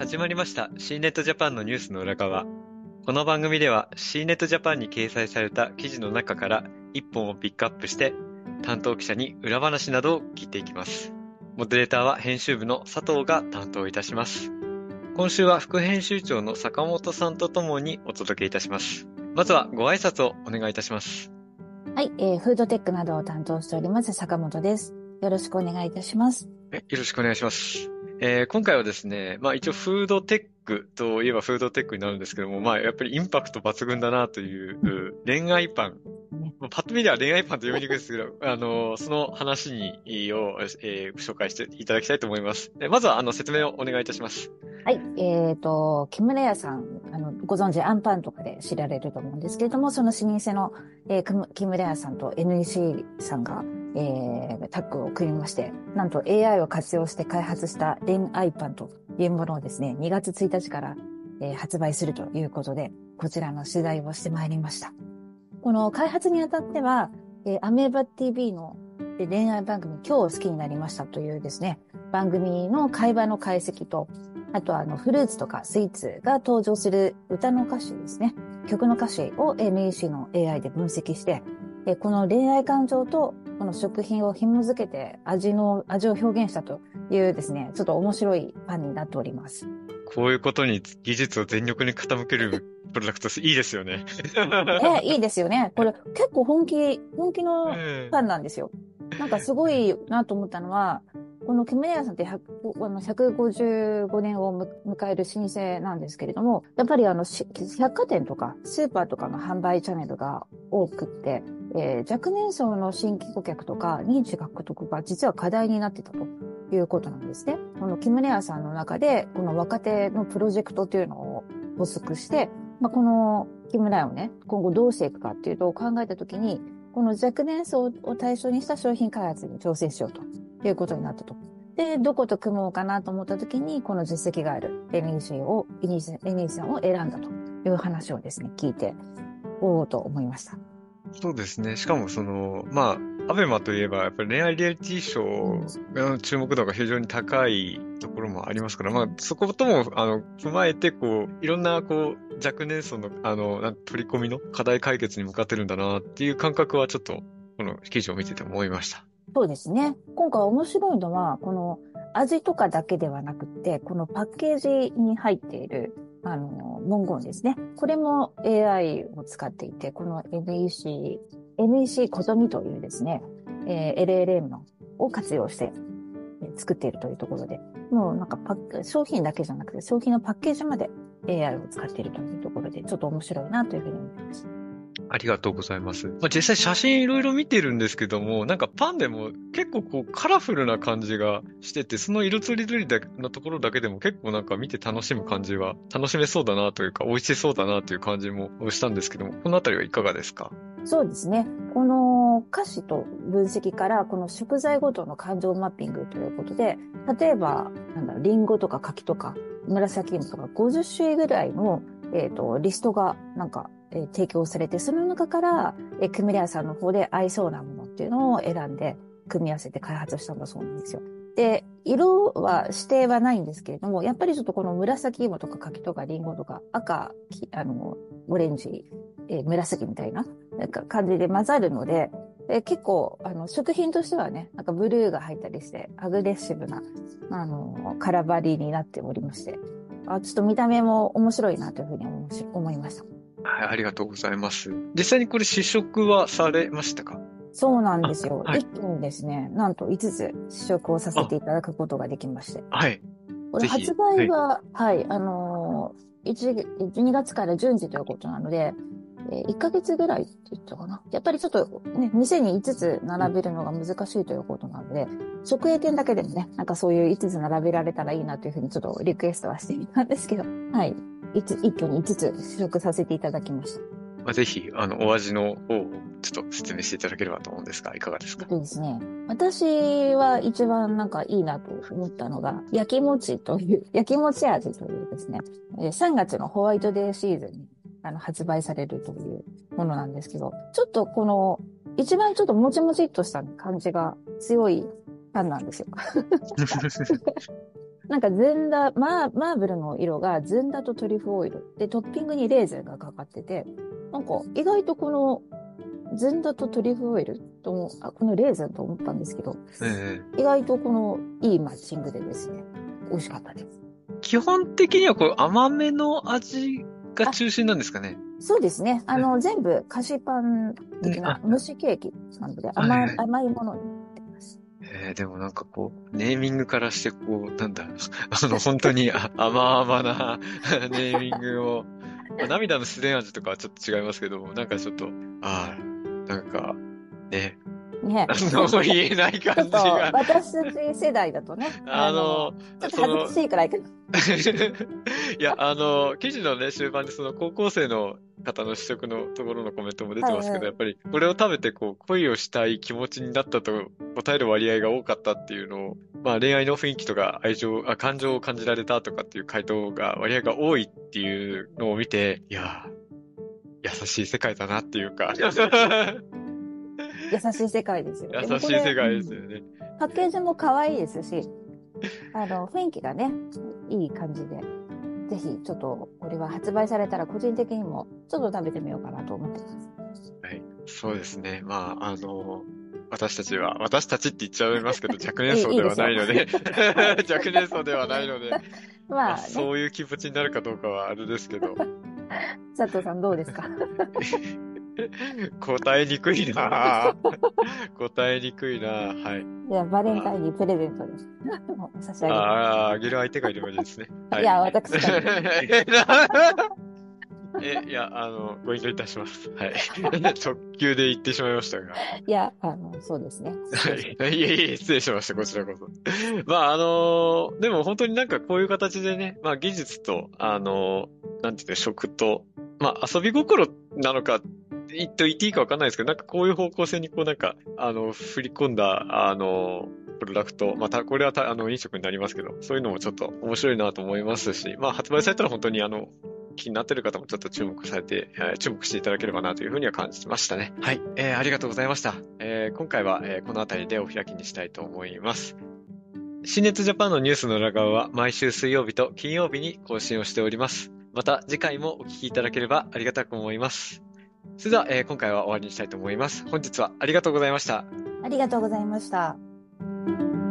始まりました C ネットジャパンのニュースの裏側。この番組では C ネットジャパンに掲載された記事の中から一本をピックアップして担当記者に裏話などを聞いていきます。モデレーターは編集部の佐藤が担当いたします。今週は副編集長の坂本さんとともにお届けいたします。まずはご挨拶をお願いいたします。 はい、フードテックなどを担当しております坂本です。よろしくお願いいたします。 よろしくお願いします。今回はですね、一応フードテックといえばフードテックになるんですけども、やっぱりインパクト抜群だなという恋愛パン。パッと見では恋愛パンと読みにくいですけど、その話を、紹介していただきたいと思います。まずは説明をお願いいたします。 はい、木村屋さん、ご存知アンパンとかで知られると思うんですけれども、その老舗の、木村屋さんと NEC さんが、タッグを組みまして、なんと AI を活用して開発した恋愛パンというものをですね、2月1日から、発売するということで、こちらの取材をしてまいりました。この開発にあたっては、アメーバ TV の恋愛番組今日好きになりましたというですね、番組の会話の解析と、あとはフルーツとかスイーツが登場する歌の歌詞ですね、曲の歌詞を NEC の AI で分析して、この恋愛感情とこの食品を紐づけて味を表現したというですね、ちょっと面白いパンになっております。 こういうことに技術を全力に傾けるプロダクトいいですよね。 いいですよね。これ結構本気のパンなんですよ。なんかすごいなと思ったのは、この木村屋さんって155年を迎える老舗なんですけれども、やっぱり百貨店とかスーパーとかの販売チャンネルが多くって、若年層の新規顧客とか認知獲得が実は課題になってたということなんですね。この木村屋さんの中で、この若手のプロジェクトというのを発足して、この木村屋をね、今後どうしていくかっていうと考えたときに、この若年層を対象にした商品開発に挑戦しようということになったと。で、どこと組もうかなと思ったときに、この実績がある NEC さんを選んだという話をですね、聞いて、おおと思いました。 そうですね。しかもアベマといえば、やっぱり恋愛リアリティショーの注目度が非常に高いところもありますから、そことも、踏まえて、いろんな、若年層の、取り込みの課題解決に向かってるんだな、っていう感覚はちょっと、この記事を見てて思いました。 そうですね。今回面白いのは、この味とかだけではなくて、このパッケージに入っている、文言ですね。これも AI を使っていて、この NEC ことみというですね、LLM を活用して作っているというところで、もうなんか商品だけじゃなくて、商品のパッケージまで AI を使っているというところで、ちょっと面白いなというふうに思います。 ありがとうございます。実際写真いろいろ見てるんですけども、なんかパンでも結構カラフルな感じがしてて、その色とりどりのところだけでも結構なんか見て楽しむ感じは楽しめそうだなというか、美味しそうだなという感じもしたんですけども、このあたりはいかがですか？ そうですね。この歌詞と分析からこの食材ごとの感情マッピングということで、例えば、リンゴとか柿とか紫芋とか50種類ぐらいの、リストが提供されて、その中から、クミレアさんの方で合いそうなものっていうのを選んで組み合わせて開発したんだそうなんですよ。で、色は指定はないんですけれども、やっぱりちょっとこの紫芋とか柿とかリンゴとか赤、オレンジ、紫みたいな感じで混ざるので、結構、食品としてはね、ブルーが入ったりして、アグレッシブな、カラーバリーになっておりまして、ちょっと見た目も面白いなというふうに思いました。 はい、ありがとうございます。実際にこれ試食はされましたか？ そうなんですよ。 はい、 一気にですね、なんと5つ試食をさせていただくことができまして。 はい。 これぜひ。 発売は、はい、12月から順次ということなので、1ヶ月ぐらいって言ったかな。やっぱりちょっとね、店に5つ並べるのが難しいということなので、直営店だけでもね、そういう5つ並べられたらいいなというふうにちょっとリクエストはしてみたんですけど、はい。一挙に5つ試食させていただきました。 ぜひ、お味の方をちょっと説明していただければと思うんですが、いかがですか？ ですね。私は一番いいなと思ったのが、焼き餅味というですね、3月のホワイトデーシーズンに発売されるというものなんですけど、ちょっとこの、一番ちょっともちもちっとした感じが強いパンなんですよ。 なんかマーブルの色がずんだとトリュフオイル。で、トッピングにレーズンがかかってて、なんか意外とこのずんだとトリュフオイルと、このレーズンと思ったんですけど、意外とこのいいマッチングでですね、美味しかったです。 基本的にはこう甘めの味が中心なんですかね。 そうですね。全部菓子パン的な蒸しケーキなので甘いものになってます。 でもなんかこう、ネーミングからしてこう、なんだ、本当に甘々なネーミングを、涙の自然味とかはちょっと違いますけども、なんかちょっと、なんか、ね、 ね。 何も言えない感じが。 私たち世代だとね、ちょっと恥ずかしいくらいかな。 いや、記事のね、終盤でその高校生の方の試食のところのコメントも出てますけど、やっぱりこれを食べてこう、恋をしたい気持ちになったと答える割合が多かったっていうのを、恋愛の雰囲気とか感情を感じられたとかっていう回答が割合が多いっていうのを見て、いや、優しい世界だなっていうか。 優しい世界ですよ。 優しい世界ですよね。 パッケージも可愛いですし、雰囲気がね、いい感じで、ぜひちょっとこれは発売されたら個人的にもちょっと食べてみようかなと思ってます。 はい、そうですね。私たちって言っちゃいますけど、若年層ではないので、若年層ではないので、そういう気持ちになるかどうかはあれですけど。 佐藤さんどうですか？ 答えにくいな答えにくいなはい。 いや、バレンタインにプレゼントです。差し上げます。 あげる相手がいるわけですね。 はい、いや、私が。 いや、ご遠慮いたします。はい。直球で言ってしまいましたが。 いや、そうですね。 はい。いえ、失礼しました、こちらこそ。でも本当になんかこういう形でね、技術と、なんていうの、食と、遊び心なのか、言っていいかわかんないですけど、なんかこういう方向性にこうなんか、振り込んだ、プロダクト、これは飲食になりますけど、そういうのもちょっと面白いなと思いますし、発売されたら本当に気になっている方もちょっと注目していただければなというふうには感じましたね。はい。ありがとうございました。今回は、このあたりでお開きにしたいと思います。新ネットジャパンのニュースの裏側は毎週水曜日と金曜日に更新をしております。また次回もお聞きいただければありがたく思います。それでは、今回は終わりにしたいと思います。本日はありがとうございました。 ありがとうございました。